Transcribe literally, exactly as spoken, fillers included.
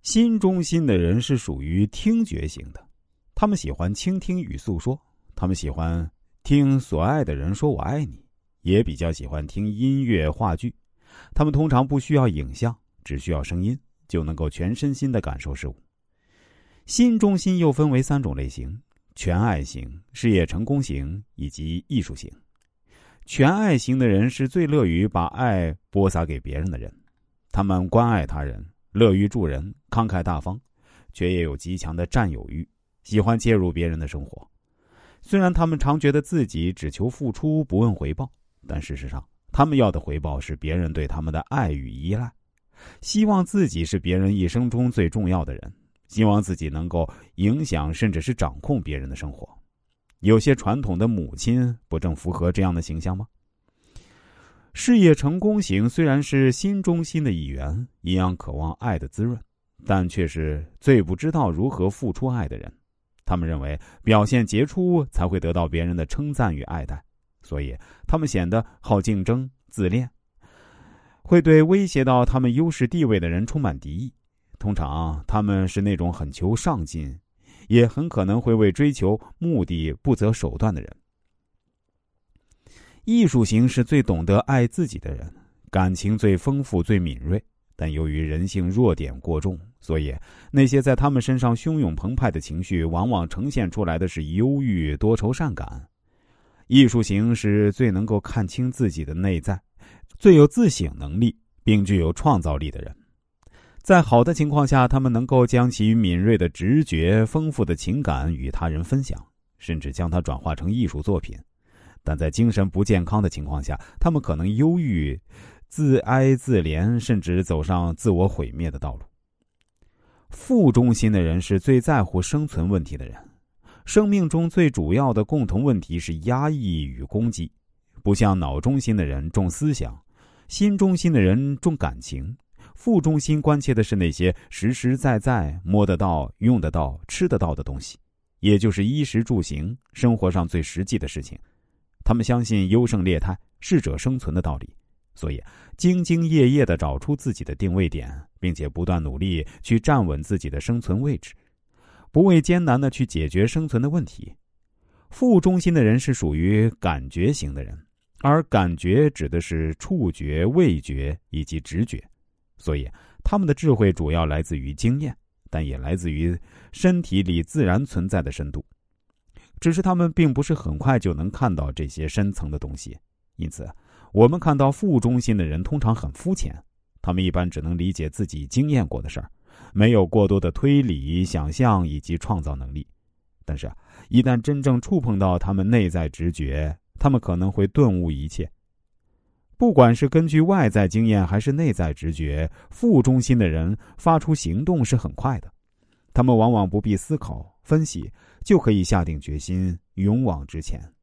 心中心的人是属于听觉型的，他们喜欢倾听与诉说，他们喜欢听所爱的人说我爱你，也比较喜欢听音乐话剧。他们通常不需要影像，只需要声音，就能够全身心地感受事物。心中心又分为三种类型：全爱型、事业成功型以及艺术型。全爱型的人是最乐于把爱播撒给别人的人，他们关爱他人，乐于助人，慷慨大方，却也有极强的占有欲，喜欢介入别人的生活。虽然他们常觉得自己只求付出不问回报，但事实上他们要的回报是别人对他们的爱与依赖，希望自己是别人一生中最重要的人，希望自己能够影响甚至是掌控别人的生活。有些传统的母亲不正符合这样的形象吗？事业成功型虽然是心中心的一员，一样渴望爱的滋润，但却是最不知道如何付出爱的人。他们认为表现杰出才会得到别人的称赞与爱戴，所以他们显得好竞争、自恋，会对威胁到他们优势地位的人充满敌意。通常他们是那种很求上进，也很可能会为追求目的不择手段的人。艺术型是最懂得爱自己的人，感情最丰富、最敏锐，但由于人性弱点过重，所以那些在他们身上汹涌澎湃的情绪往往呈现出来的是忧郁、多愁善感。艺术型是最能够看清自己的内在，最有自省能力并具有创造力的人。在好的情况下，他们能够将其敏锐的直觉、丰富的情感与他人分享，甚至将它转化成艺术作品。但在精神不健康的情况下，他们可能忧郁、自哀自怜，甚至走上自我毁灭的道路。负中心的人是最在乎生存问题的人，生命中最主要的共同问题是压抑与攻击，不像脑中心的人重思想，心中心的人重感情。负中心关切的是那些实实在在摸得到、用得到、吃得到的东西，也就是衣食住行，生活上最实际的事情。他们相信优胜劣汰、适者生存的道理，所以兢兢业业地找出自己的定位点，并且不断努力去站稳自己的生存位置，不畏艰难地去解决生存的问题。负中心的人是属于感觉型的人，而感觉指的是触觉、味觉以及直觉，所以他们的智慧主要来自于经验，但也来自于身体里自然存在的深度。只是他们并不是很快就能看到这些深层的东西，因此我们看到负中心的人通常很肤浅，他们一般只能理解自己经验过的事儿，没有过多的推理、想象以及创造能力。但是一旦真正触碰到他们内在直觉，他们可能会顿悟一切。不管是根据外在经验还是内在直觉，负中心的人发出行动是很快的，他们往往不必思考分析，就可以下定决心，勇往直前。